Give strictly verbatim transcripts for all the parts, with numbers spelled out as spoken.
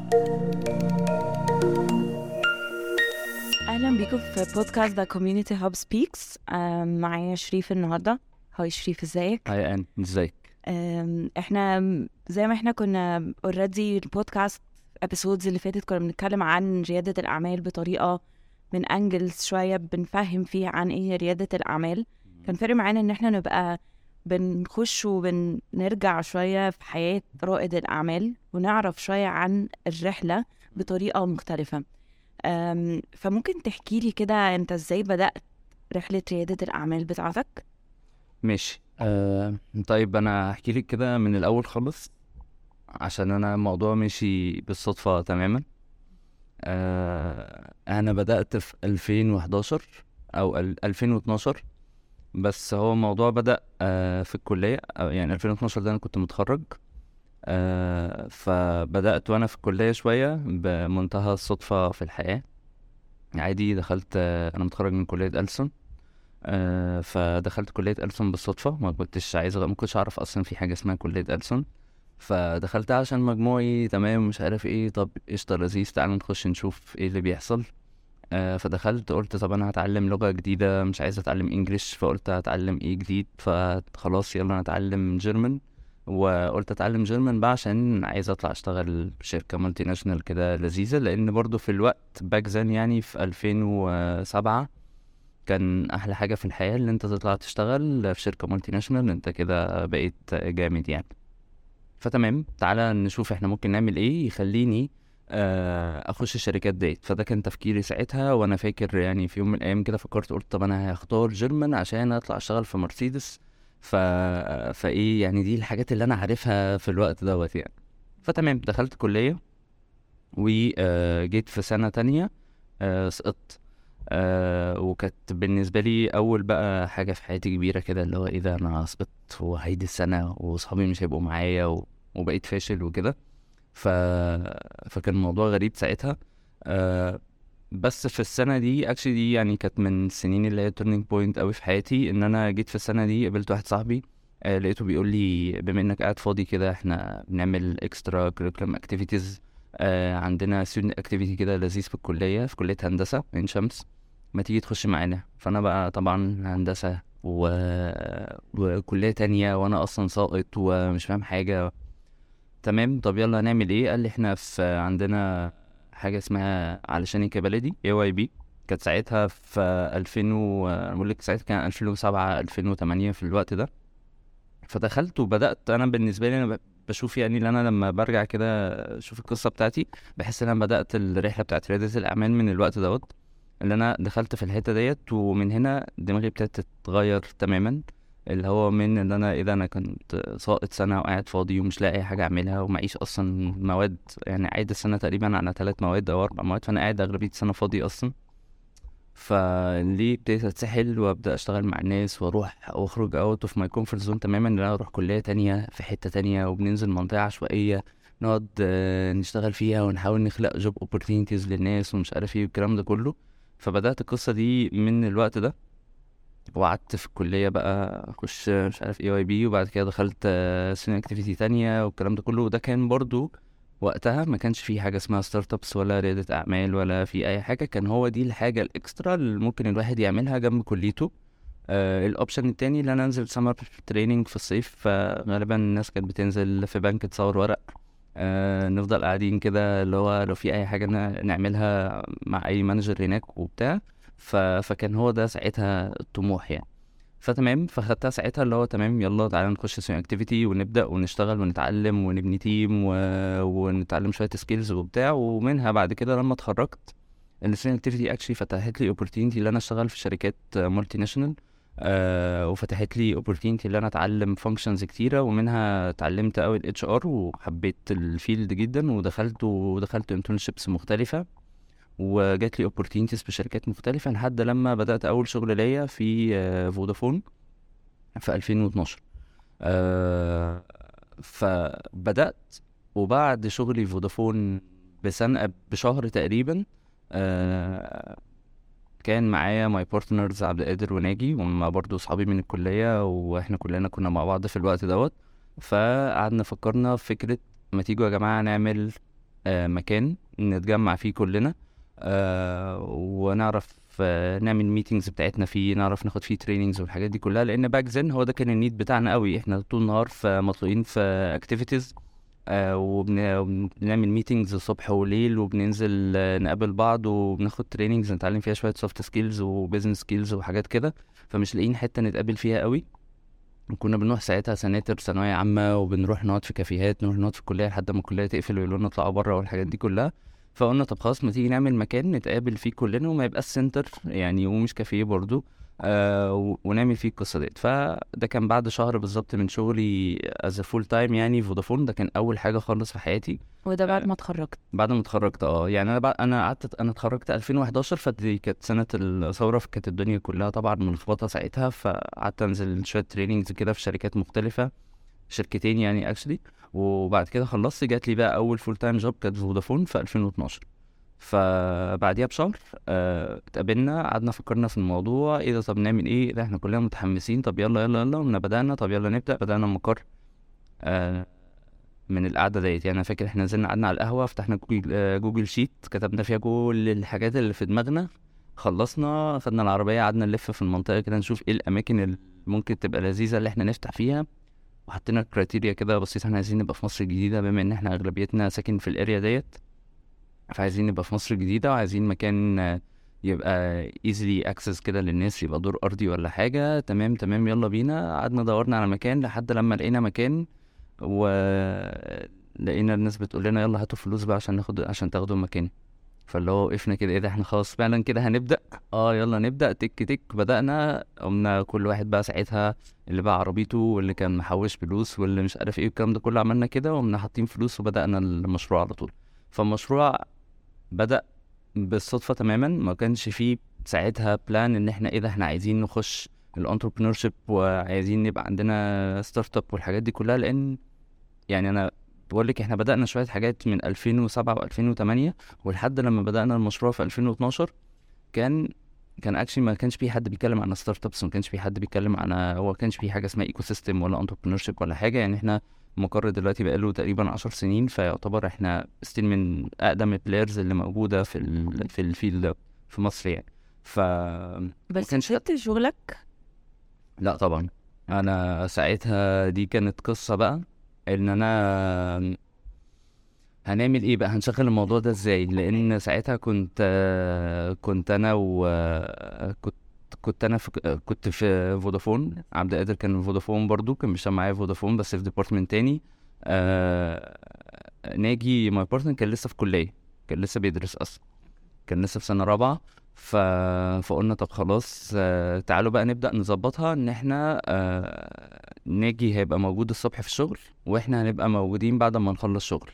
اهلا بيكم في بودكاست ذا كوميونيتي هاب سبيكس. معايا شريف النهارده. هاي شريف، ازيك؟ هاي ان ازيك؟ أم، احنا زي ما احنا كنا اوريدي البودكاست ابيسودز اللي فاتت كنا بنتكلم عن رياده الاعمال بطريقه من انجلز شويه بنفهم فيه عن ايه رياده الاعمال. كان فارق معانا ان احنا نبقى بنخش وبنرجع شويه في حياه رائد الاعمال ونعرف شويه عن الرحله بطريقه مختلفه. أم، فممكن تحكي لي كده انت ازاي بدأت رحلة ريادة الأعمال بتاعتك؟ ماشي. آه، طيب انا هحكي لك كده من الاول خالص، عشان انا الموضوع مشي بالصدفة تماما. آه، انا بدأت في ألفين وحداشر او ال- ألفين واتناشر، بس هو الموضوع بدأ آه في الكلية. أو يعني ألفين واتناشر ده انا كنت متخرج. آه فبدأت وانا في الكلية شوية بمنتهى الصدفة في الحياة. عادي دخلت، آه انا متخرج من كلية ألسن. آه فدخلت كلية ألسن بالصدفة، ما كنتش عايز ما كنتش أعرف أصلا في حاجة اسمها كلية ألسن. فدخلتها عشان مجموعي تمام مش عارف ايه، طب قشطة لذيذ تعالى نخش نشوف ايه اللي بيحصل. آه فدخلت قلت طب أنا هتعلم لغة جديدة، مش عايز أتعلم إنجليش، فقلت هتعلم ايه جديد، فخلاص يلا نتعلم جيرمان. وقلت اتعلم جيرمان بقى عشان عايز اطلع اشتغل في شركة مالتي ناشونال كده لذيذة، لان برضو في الوقت باك زين يعني في ألفين وسبعة كان احلى حاجه في الحياه اللي انت تطلع تشتغل في شركه مالتي ناشونال، انت كده بقيت جامد يعني. فتمام تعالى نشوف احنا ممكن نعمل ايه يخليني آه، اخش الشركات ديت. فده كان تفكيري ساعتها، وانا فاكر يعني في يوم من الايام كده فكرت قلت طب انا هختار جيرمان عشان اطلع اشتغل في مرسيدس. ف فايه يعني دي الحاجات اللي انا عارفها في الوقت دوت يعني. فتمام دخلت كليه، وجيت في سنه تانية آه، سقطت. آه وكانت بالنسبة لي أول بقى حاجة في حياتي كبيرة كده، اللي هو إيه ده، أنا سقطت وهيدي السنة وصحابي مش هيبقوا معايا و... وبقيت فاشل وكده. ف... فكان الموضوع غريب ساعتها. آه بس في السنة دي اكشلي دي يعني كانت من السنين اللي هي تورنينج بوينت قوي في حياتي، إن أنا جيت في السنة دي قابلت واحد صاحبي. آه لقيته بيقول لي بما إنك قاعد فاضي كده احنا بنعمل اكسترا كوريكولم اكتيفيتيز. آه عندنا student activity كده لذيذ في الكلية، في كلية هندسة عين شمس، ما تيجي تخش معانا. فانا بقى طبعا هندسة و... وكلية تانية وانا اصلا ساقط ومش فاهم حاجة. تمام طب يلا هنعمل ايه؟ قال لي احنا في عندنا حاجة اسمها علشان كبلدي اي واي بي. كانت ساعتها في ألفين و بقول لك ساعتها كان ألفين وسبعة ألفين وتمانية في الوقت ده. فدخلت وبدأت. انا بالنسبة لي انا ب- بشوف يعني ان انا لما برجع كده اشوف القصة بتاعتي، بحس ان انا بدأت الرحلة بتاعت ريادة الاعمال من الوقت دوت، اللي انا دخلت في الحته ديت. ومن هنا دماغي ابتدت تتغير تماما، اللي هو من ان انا ايه ده، انا كنت ساقط سنه وقاعد فاضي ومش لاقي اي حاجه اعملها ومعيش اصلا مواد. يعني عايد السنه تقريبا على ثلاث مواد او اربع مواد، فانا قاعد اغلبيه السنه فاضي اصلا. فليه ابتديت اتسحل وابدا اشتغل مع الناس واروح واخرج اوت اوف ماي كومفورت زون تماما، ان انا اروح كليه تانية في حته تانية وبننزل منطقه عشوائيه نقعد آه، نشتغل فيها ونحاول نخلق جوب اوبورتينيتيز للناس ومش عارف ايه والكلام ده كله. فبدات القصه دي من الوقت ده، وقعدت في الكليه بقى اخش مش عارف اي واي بي، وبعد كده دخلت سين اكتيفيتي تانية والكلام ده كله. وده كان برضو وقتها ما كانش فيه حاجه اسمها ستارت ابس ولا رياده اعمال ولا في اي حاجه، كان هو دي الحاجه الاكسترا اللي ممكن الواحد يعملها جنب كليته. آه الاوبشن التاني اللي انا انزل سمر تريننج في الصيف، فغالبا الناس كانت بتنزل في بنك تصور ورق. آه نفضل قاعدين كده اللي هو لو في اي حاجه ن- نعملها مع اي مانجر هناك وبتاع. ف... فكان هو ده ساعتها الطموح يعني. فتمام فخدتها ساعتها اللي هو تمام يلا تعالى نخش سين اكتيفيتي ونبدا ونشتغل ونتعلم ونبني تيم و... ونتعلم شويه سكيلز وبتاع. ومنها بعد كده لما اتخرجت السين اكتيفيتي اكشلي فتحت لي اوبورتينيتي اللي انا اشتغل في شركات مالتي ناشونال. آه وفتحت لي اوبورتينيتي اللي انا اتعلم فانكشنز كتيره، ومنها اتعلمت قوي الاتش ار وحبيت الفيلد جدا، ودخلت ودخلت انترنشيبس مختلفه، وجات لي opportunities في شركات مختلفة لحد لما بدأت أول شغل ليا في آه، فودافون في ألفين واتناشر. آه، فبدأت، وبعد شغلي في فودافون بسنة بشهر تقريبا آه، كان معايا ماي بارتنرز عبد القادر وناجي، وهم برضو صحابي من الكلية واحنا كلنا كنا مع بعض في الوقت دوت. فقعدنا فكرنا في فكرة ما تيجوا يا جماعة نعمل آه مكان نتجمع فيه كلنا، آه ونعرف آه نعمل ميتينجز بتاعتنا فيه، نعرف ناخد فيه تريننجز والحاجات دي كلها، لان باك زين هو ده كان النيد بتاعنا قوي. احنا طول النهار في مطلوقين في اكتيفيتيز، آه وبن- وبنعمل ميتينجز الصبح وليل، وبننزل آه نقابل بعض وبناخد تريننجز نتعلم فيها شويه سوفت سكيلز وبزنس سكيلز وحاجات كده. فمش لاقيين حته نتقابل فيها قوي. كنا بنروح ساعتها سناتر ثانويه عامه، وبنروح نقعد في كافيهات، نروح نقعد في الكليه لحد ما الكليه تقفل ويقولوا لنا اطلعوا بره والحاجات دي كلها. فقلنا طب خلاص ما تيجي نعمل مكان نتقابل فيه كلنا، وما يبقاش سنتر يعني ومش كافيه برضو، آه و- ونعمل فيه القصه ديت. فده كان بعد شهر بالظبط من شغلي از فول تايم يعني فودافون. ده كان اول حاجه خالص في حياتي. وده بعد آه ما اتخرجت؟ بعد ما اتخرجت اه يعني انا بعد انا قعدت انا اتخرجت ألفين وحداشر، فدي كانت سنه الثوره، فكانت الدنيا كلها طبعا ملخبطه ساعتها. فقعدت انزل شويه تريننجز كده في شركات مختلفه، شركتين يعني اكشلي. وبعد كده خلصت، جات لي بقى اول فول تايم جوب كانت فودافون في ألفين واتناشر. فبعديها بشهر آه، اتقابلنا، قعدنا فكرنا في الموضوع، ايه ده طب نعمل ايه ده، احنا كلنا متحمسين، طب يلا يلا يلا. ومن بدأنا طب يلا نبدأ، بدأنا مقر آه، من القعدة ديت. يعني انا فاكر احنا نزلنا قعدنا على القهوة، فتحنا جوجل, آه، جوجل شيت، كتبنا فيها كل الحاجات اللي في دماغنا. خلصنا خدنا العربية، قعدنا نلف في المنطقة كده نشوف ايه الأماكن اللي ممكن تبقى لذيذة اللي احنا نفتح فيها. وحطينا كرايتيريا كده بسيطة، احنا عايزين نبقى في مصر الجديدة بما ان احنا اغلبيتنا ساكن في الاريا ديت. فعايزين نبقى في مصر الجديدة، وعايزين مكان آه، يبقى easily access كده للناس، يبقى دور ارضي ولا حاجة. تمام تمام يلا بينا. قعدنا دورنا على مكان لحد لما لقينا مكان، ولقينا الناس بتقول لنا يلا هاتوا فلوس بقى عشان ناخد عشان تاخدوا المكان. فاللي هو وقفنا كده، ايه ده احنا خلاص فعلا كده هنبدأ. اه يلا نبدأ. تك تك بدأنا. قمنا كل واحد بقى ساعتها اللي بقى عربيته، واللي كان محوش فلوس، واللي مش عارف ايه الكلام ده كله، عملنا كده وقمنا حاطين فلوس وبدأنا المشروع على طول. فالمشروع بدأ بالصدفة تماما، ما كانش فيه ساعتها بلان ان احنا ايه ده احنا عايزين نخش الانتربرينور شيب وعايزين يبقى عندنا ستارت اب والحاجات دي كلها. لان يعني انا بقول لك احنا بدأنا شوية حاجات من ألفين وسبعة و2008، ولحد لما بدأنا المشروع في ألفين واتناشر كان كان اكشلي ما كانش في حد بيتكلم عن ستارت ابس، ما كانش في حد بيتكلم عن، هو كانش في حاجه اسمها ايكو سيستم ولا انتربرينور شيب ولا حاجه. يعني احنا مقر دلوقتي بقاله تقريبا عشر سنين، فيعتبر احنا ستيل من اقدم البلايرز اللي موجوده في ال في الفيلد ده في مصر يعني. ف ما بس كانش حد. سبت شغلك؟ لا طبعا. انا ساعتها دي كانت قصه بقى، ان انا هنعمل ايه بقى، هنشغل الموضوع ده ازاي. لان ساعتها كنت آه، كنت انا و آه، كنت كنت انا في آه، كنت في فودافون. عبد القادر كان في فودافون برضو، كان بيشتغل معايا في فودافون بس في ديبارتمنت تاني. آه، ناجي ماي بارتنر كان لسه في كلية، كان لسه بيدرس اصلا، كان لسه في سنة رابعة. ف... فقلنا طب خلاص آه، تعالوا بقى نبدأ نظبطها ان احنا آه، ناجي هيبقى موجود الصبح في الشغل، واحنا هنبقى موجودين بعد ما نخلص شغل.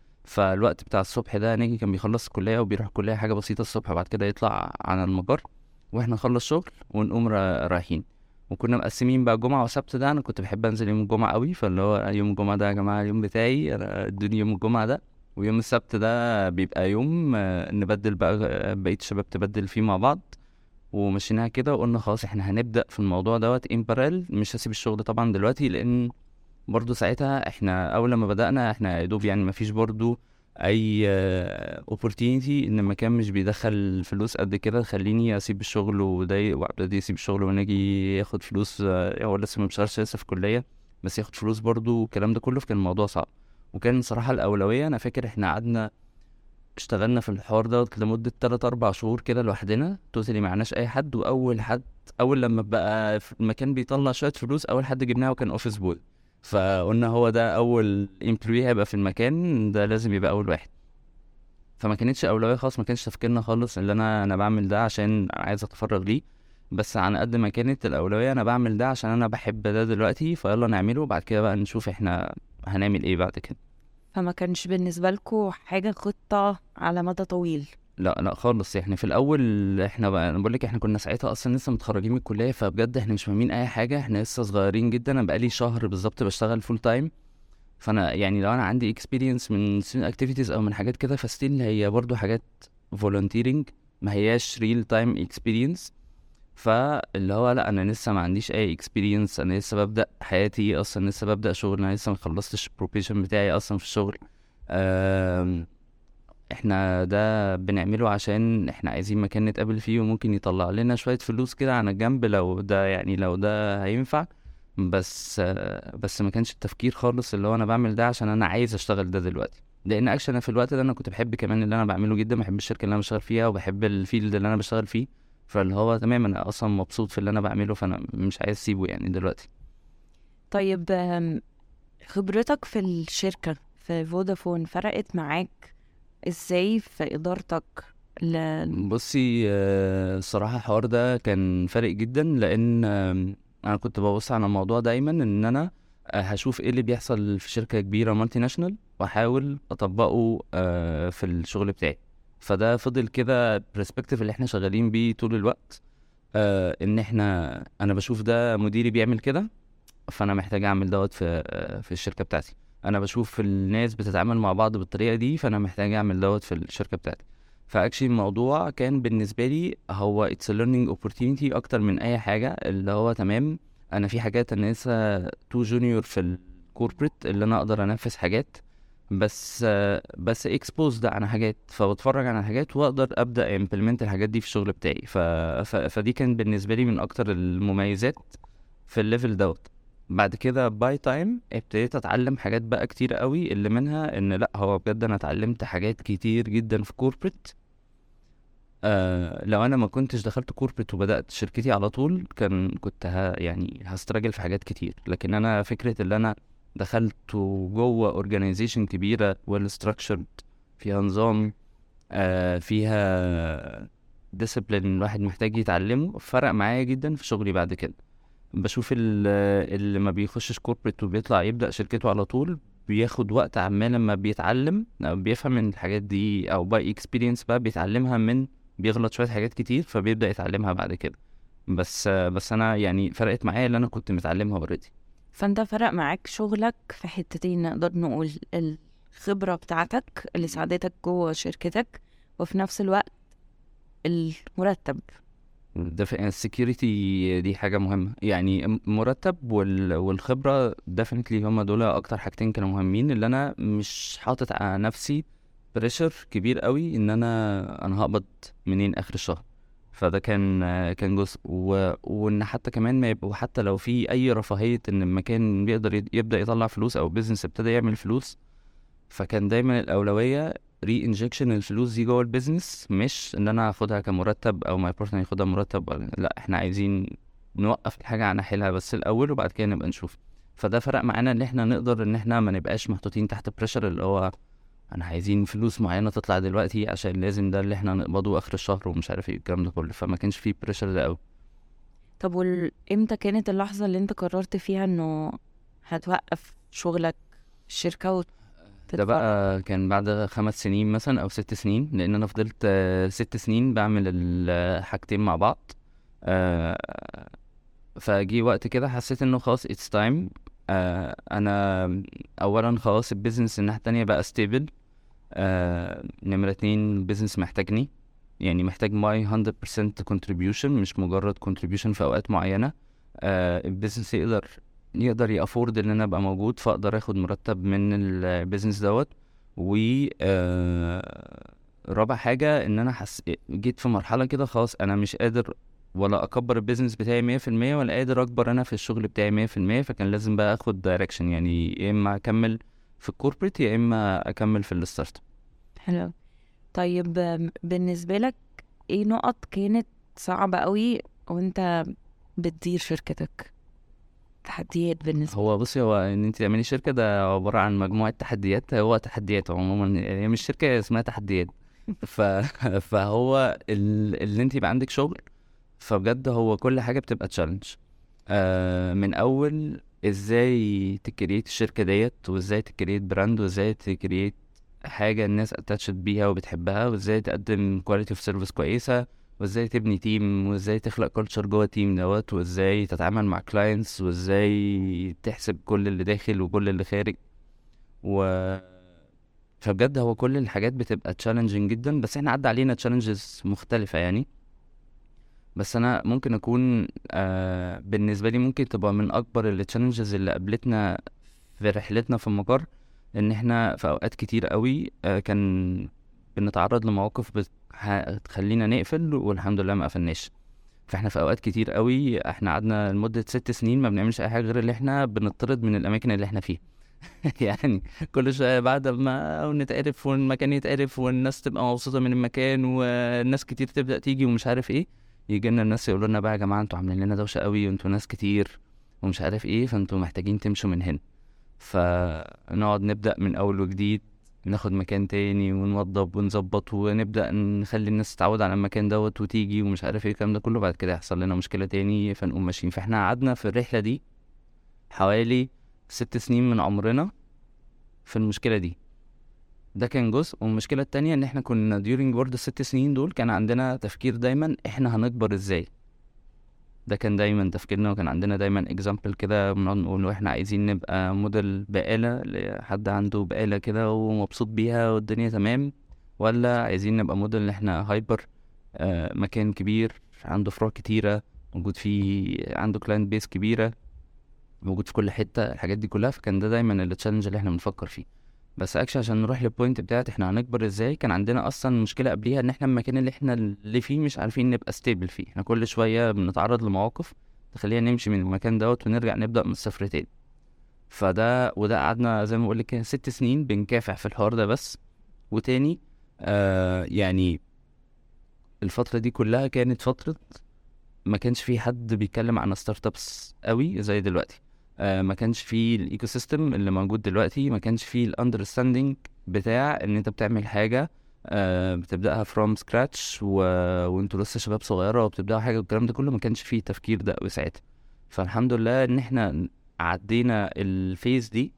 فالوقت بتاع الصبح ده ناجي كان بيخلص الكلية وبيروح الكلية حاجة بسيطة الصبح، بعد كده يطلع على المقر واحنا نخلص شغل ونقوم را- رايحين. وكنا مقسمين بقى جمعة وسبت. ده انا كنت بحب انزل يوم الجمعة قوي، فاللي هو يوم الجمعة ده يا جماعة اليوم بتاعي أنا ادوني يوم الجمعة ده. ويوم السبت ده بيبقى يوم آه، نبدل بقى، آه، بقية الشباب تبدل فيه مع بعض. ومشيناها كده وقلنا خلاص احنا هنبدأ في الموضوع دوت ان بارال. مش هسيب الشغل طبعا دلوقتي، لان برضو ساعتها احنا اول لما بدأنا احنا يا دوب يعني مفيش برضو اي opportunity ان المكان مش بيدخل فلوس قد كده خليني اسيب الشغل وده وابتدي اسيب الشغل ونجي ياخد فلوس. آه، هو لسه ما بيشتغلش لسه في الكلية، بس ياخد فلوس برضو والكلام ده كله. فكان الموضوع صعب. وكان صراحة الأولوية، أنا فاكر إحنا قعدنا اشتغلنا في الحوار ده لمدة تلات أربع شهور كده لوحدنا توتالي، معناش أي حد. وأول حد أول لما بقى في المكان بيطلع شوية فلوس، أول حد جبناه وكان أوفيس بوي. فقلنا هو ده أول امبلوي هيبقى في المكان ده، لازم يبقى أول واحد. فما كانتش أولوية خالص، ما كانش تفكيرنا خالص اللي أنا أنا بعمل ده عشان عايز أتفرغ ليه. بس على قد ما كانت الأولوية أنا بعمل ده عشان أنا بحب ده دلوقتي، فيلا نعمله وبعد كده بقى نشوف إحنا هنعمل إيه بعد كده. فما كانش بالنسبة لكم حاجة خطة على مدى طويل؟ لا لا خالص. احنا في الاول احنا بقى انا بقول لك احنا كنا ساعتها اصلا لسه متخرجين من الكليه، فبجد احنا مش فاهمين اي حاجه، احنا لسه صغيرين جدا. انا بقالي شهر بالظبط بشتغل فول تايم. فانا يعني لو انا عندي اكسبيرينس من اكتيفيتيز او من حاجات كده، فستيل هي برضو حاجات فولunteering، ما هياش ريل تايم اكسبيرينس. فاللي هو لا انا لسه ما عنديش اي اكسبيرينس، انا لسه ببدا حياتي اصلا، لسه ببدا شغل، انا لسه ما خلصتش البروبيشن بتاعي اصلا في الشغل. احنا ده بنعمله عشان احنا عايزين مكان نتقابل فيه وممكن يطلع لنا شوية فلوس كده على الجنب لو ده يعني لو ده هينفع. بس آه، بس ما كانش التفكير خالص اللي هو انا بعمل ده عشان انا عايز اشتغل ده دلوقتي. لان اكشن انا في الوقت ده انا كنت بحب كمان اللي انا بعمله جدا، بحب الشركة اللي انا بشتغل فيها وبحب الفيلد اللي انا بشتغل فيه. فاللي هو تمام انا اصلا مبسوط في اللي انا بعمله، فانا مش عايز اسيبه يعني دلوقتي. طيب آم، خبرتك في الشركة في فودافون فرقت معاك ازاي في إدارتك ل... بصي آه، الصراحة الحوار ده كان فارق جدا، لأن آم، أنا كنت ببص على الموضوع دايما إن أنا آه، هشوف إيه اللي بيحصل في شركة كبيرة مالتي ناشونال وأحاول أطبقه آه، في الشغل بتاعي. فده فضل كده برسبكتيف اللي احنا شغالين بيه طول الوقت. آه، إن احنا أنا بشوف ده مديري بيعمل كده، فأنا محتاج أعمل دوت في آه، في الشركة بتاعتي. أنا بشوف الناس بتتعامل مع بعض بالطريقة دي، فأنا محتاج أعمل دوت في الشركة بتاعتي. فاكشلي الموضوع كان بالنسبه لي هو اتس learning opportunity اكتر من اي حاجه. اللي هو تمام انا في حاجات انا لسه تو جونيور في الكوربريت اللي انا اقدر انفذ حاجات، بس بس اكسبوز على حاجات، فبتفرج على حاجات واقدر ابدا امبلمنت الحاجات دي في الشغل بتاعي. ف... ف... فدي كان بالنسبه لي من اكتر المميزات في الليفل دوت. بعد كده باي تايم ابتديت اتعلم حاجات بقى كتير قوي، اللي منها ان لا هو بجد انا اتعلمت حاجات كتير جدا في كوربريت. آه لو انا ما كنتش دخلت كوربريت وبدات شركتي على طول كان كنت ها يعني هستراجل في حاجات كتير. لكن انا فكره اللي انا دخلت جوه اورجانيزيشن كبيره ويل ستراكشرد، فيها نظام، آه فيها ديسيبلين الواحد محتاج يتعلمه، فرق معايا جدا في شغلي بعد كده. بشوف ال- اللي ما بيخشش كوربريت وبيطلع يبدا شركته على طول بياخد وقت عمال لما بيتعلم أو بيفهم من الحاجات دي، او باي اكسبيرينس بقى بيتعلمها، من بيغلط شويه حاجات كتير فبيبدا يتعلمها بعد كده. بس بس انا يعني فرقت معايا اللي انا كنت متعلمها اوريدي. فانت فرق معاك شغلك في حتتين، نقدر نقول الخبرة بتاعتك اللي ساعدتك جوه شركتك، وفي نفس الوقت المرتب. ده السكيورتي دي حاجة مهمة يعني. م- مرتب وال... والخبرة definitely هما دول أكتر حاجتين كانوا مهمين. اللي أنا مش حاطط على نفسي بريشر كبير قوي إن أنا أنا هقبض منين آخر الشهر. فده كان كان جزء و... وإن حتى كمان ما يبقوا، حتى لو في أي رفاهية إن المكان بيقدر ي- يبدأ يطلع فلوس أو بيزنس ابتدى يعمل فلوس، فكان دايما الأولوية ري انجكشن الفلوس دي جوه البيزنس، مش ان انا اخدها كمرتب او ماي بارتنر ياخدها مرتب. لا احنا عايزين نوقف الحاجة عن حيلها بس الاول وبعد كده نبقى نشوف. فده فرق معانا ان احنا نقدر ان احنا ما نبقاش محطوطين تحت بريشر اللي هو انا عايزين فلوس معينة تطلع دلوقتي عشان لازم ده اللي احنا نقبضه اخر الشهر ومش عارف ايه الكلام ده كله. فما كانش فيه بريشر ده قوي. طب وال... امتى كانت اللحظة اللي انت قررت فيها انه هتوقف شغلك في الشركة ده وتتفرج؟ بقى كان بعد خمس سنين مثلا او ست سنين، لان انا فضلت آه، ست سنين بعمل الحاجتين مع بعض. آه، فجي وقت كده حسيت انه خلاص it's time. آه انا اولا خلاص البيزنس الناحية التانية بقى stable. آه نمرة اتنين البيزنس محتاجني، يعني محتاج my one hundred percent contribution مش مجرد contribution في اوقات معينة. آه البيزنس يقدر يقدر يأفورد ان انا ابقى موجود، فاقدر اخد مرتب من البيزنس دوت. و آه رابع حاجة ان انا حس... جيت في مرحلة كده خلاص انا مش قادر ولا اكبر البيزنس بتاعي مية في المية ولا قادر اكبر انا في الشغل بتاعي مية في المية. فكان لازم بقى اخد دايركشن، يعني يا اما اكمل في الكوربريت يا اما اكمل في الستارت اب. حلو. طيب آم، بالنسبة لك ايه نقط كانت صعبة قوي وانت بتدير شركتك؟ تحديات بالنسبة لك؟ هو بصي، هو ان انت تعملي شركه ده عباره عن مجموعه تحديات. هو تحديات عموما، هي مش شركه، هي اسمها تحديات. ف... فهو ال... اللي انت يبقى عندك شغل، فبجد هو كل حاجه بتبقى تشالنج. آه من اول ازاي تكريت الشركه ديت، وازاي تكريت براند، وازاي تكريت حاجه الناس اتاتشت بيها وبتحبها، وازاي تقدم كواليتي اوف سيرفيس كويسه، وازاي تبني تيم، وازاي تخلق كلتشر جوه التيم دوت، وازاي تتعامل مع كلاينتس، وازاي تحسب كل اللي داخل وكل اللي خارج. و فبجد هو كل الحاجات بتبقى تشالنجينج جدا، بس احنا عدى علينا تشالنجز مختلفة يعني. بس انا ممكن اكون آه بالنسبة لي ممكن تبقى من اكبر التشالنجز اللي قابلتنا في رحلتنا في المقر، ان احنا في اوقات كتير قوي آه كان بنتعرض لمواقف بت... هتخلينا نقفل، والحمد لله ما قفلناش. فاحنا في اوقات كتير قوي احنا قعدنا لمدة ست سنين ما بنعملش اي حاجة غير اللي احنا بنطرد من الاماكن اللي احنا فيها. يعني كل شوية بعد ما نتعرف والمكان يتعرف والناس تبقى مبسوطة من المكان والناس كتير تبدأ تيجي ومش عارف ايه، يجي لنا الناس يقولوا لنا بقى يا جماعة انتوا عاملين لنا دوشة قوي وانتوا ناس كتير ومش عارف ايه، فانتوا محتاجين تمشوا من هنا. فنقعد نبدأ من اول وجديد، ناخد مكان تاني ونوضب ونظبط ونبدأ نخلي الناس تتعود على المكان دوت وتيجي ومش عارف ايه الكلام ده كله. بعد كده يحصل لنا مشكلة تاني فنقوم ماشيين. فاحنا قعدنا في الرحلة دي حوالي ست سنين من عمرنا في المشكلة دي. ده كان جزء. والمشكلة التانية ان احنا كنا during برضه الست سنين دول كان عندنا تفكير دايما احنا هنكبر ازاي. ده كان دايما تفكيرنا، وكان عندنا دايما example كده بنقعد نقول احنا عايزين نبقى موديل بقالة لحد عنده بقالة كده ومبسوط بيها والدنيا تمام، ولا عايزين نبقى موديل ان احنا هايبر، آه مكان كبير عنده فروع كتيرة موجود فيه، عنده كلاينت بيس كبيرة موجود في كل حتة، الحاجات دي كلها. فكان ده دايما التشالنج اللي احنا بنفكر فيه. بس اكشن عشان نروح للبوينت بتاعت احنا هنكبر ازاي، كان عندنا اصلا مشكله قبليها ان احنا المكان اللي احنا اللي فيه مش عارفين نبقى ستيبل فيه. احنا كل شويه بنتعرض لمواقف تخلينا نمشي من المكان دوت ونرجع نبدا من الصفر تاني. فده وده قعدنا زي ما بقول لك كده ست سنين بنكافح في الحوار ده. بس وتاني آه يعني الفتره دي كلها كانت فتره ما كانش في حد بيتكلم عن ستارت ابس قوي زي دلوقتي. آه ما كانش في الايكو سيستم اللي موجود دلوقتي، ما كانش في الاندرستاندينج بتاع ان انت بتعمل حاجه آه بتبداها فروم سكراتش و... وانتوا لسه شباب صغيره وبتبداوا حاجه والكلام ده كله. ما كانش فيه التفكير ده قوي ساعتها. فالحمد لله ان احنا عدينا الفيز دي.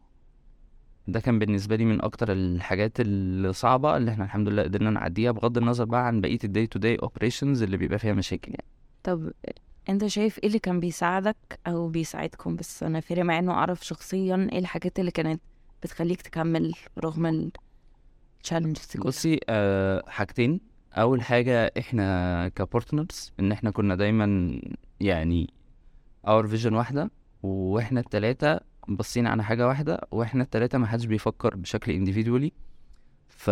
ده كان بالنسبه لي من اكتر الحاجات الصعبه اللي احنا الحمد لله قدرنا نعديها، بغض النظر بقى عن بقيه الداي تو داي اوبريشنز اللي بيبقى فيها مشاكل يعني. طب انت شايف ايه اللي كان بيساعدك او بيساعدكم؟ بس انا فارق معايا انه اعرف شخصيا ايه الحاجات اللي كانت بتخليك تكمل رغم التشالنجز دي كلها. بصي آه حاجتين. اول حاجه احنا كبارتنرز ان احنا كنا دايما يعني اور فيجن واحده، واحنا التلاتة باصين على حاجه واحده، واحنا التلاتة ما حدش بيفكر بشكل individually. ف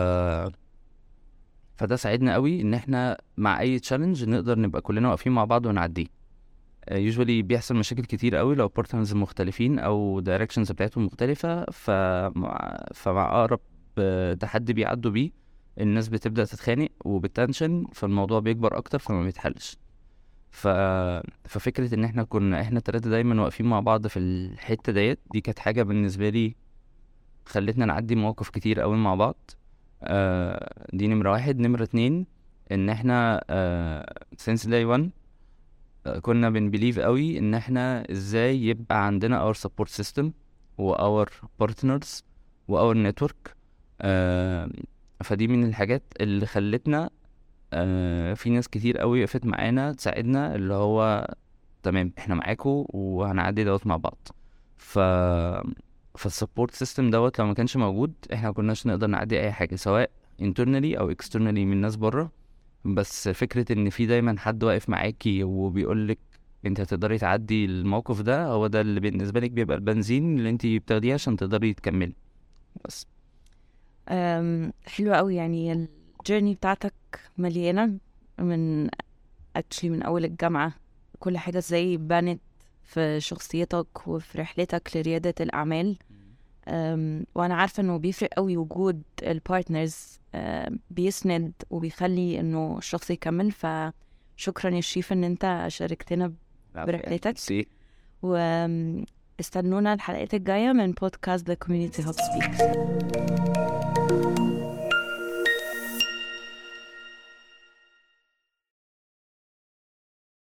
فده ساعدنا قوي ان احنا مع اي تشالنج نقدر نبقى كلنا واقفين مع بعض ونعديه. يوجوالي بيحصل مشاكل كتير قوي لو بارتنرز مختلفين او دايركشنز بتاعتهم مختلفه. فمع فمع اقرب آه، تحدي بيعدوا بيه الناس بتبدا تتخانق وبالتنشن، فالموضوع بيكبر اكتر فما بيتحلش. ف... ففكره ان احنا كنا احنا التلاته دايما واقفين مع بعض في الحته ديت، دي كانت حاجه بالنسبه لي خلتنا نعدي مواقف كتير قوي مع بعض. آه، دي نمره واحد. نمره اتنين ان احنا آه، since day one كنا بنبليف قوي ان احنا ازاي يبقى عندنا our support system و our partners و our network. آه فدي من الحاجات اللي خلتنا آه في ناس كتير قوي وقفت معانا تساعدنا، اللي هو تمام احنا معاكو وهنعدي دوت مع بعض. ف فالسبورت سيستم دوت لو ما كانش موجود احنا ما كناش نقدر نعدي اي حاجه، سواء internally او externally من ناس بره. بس فكرة ان في دايما حد واقف معاكي وبيقولك انت هتقدري تعدي الموقف ده، هو ده اللي بالنسبة لك بيبقى البنزين اللي انت بتاخديه عشان تقدري تكملي. بس أم، حلوة قوي. يعني الجيرني بتاعتك مليانة من actually من أول الجامعة، كل حاجة ازاي بانت في شخصيتك وفي رحلتك لريادة الأعمال. أم، وأنا عارفة إنه بيفرق قوي وجود البارتنرز، بيسند وبيخلي إنه الشخص يكمل. فشكرا يا شريف إن أنت شاركتنا برحلتك، سي واستنونا الحلقات الجاية من بودكاست The Community Hub Speaks.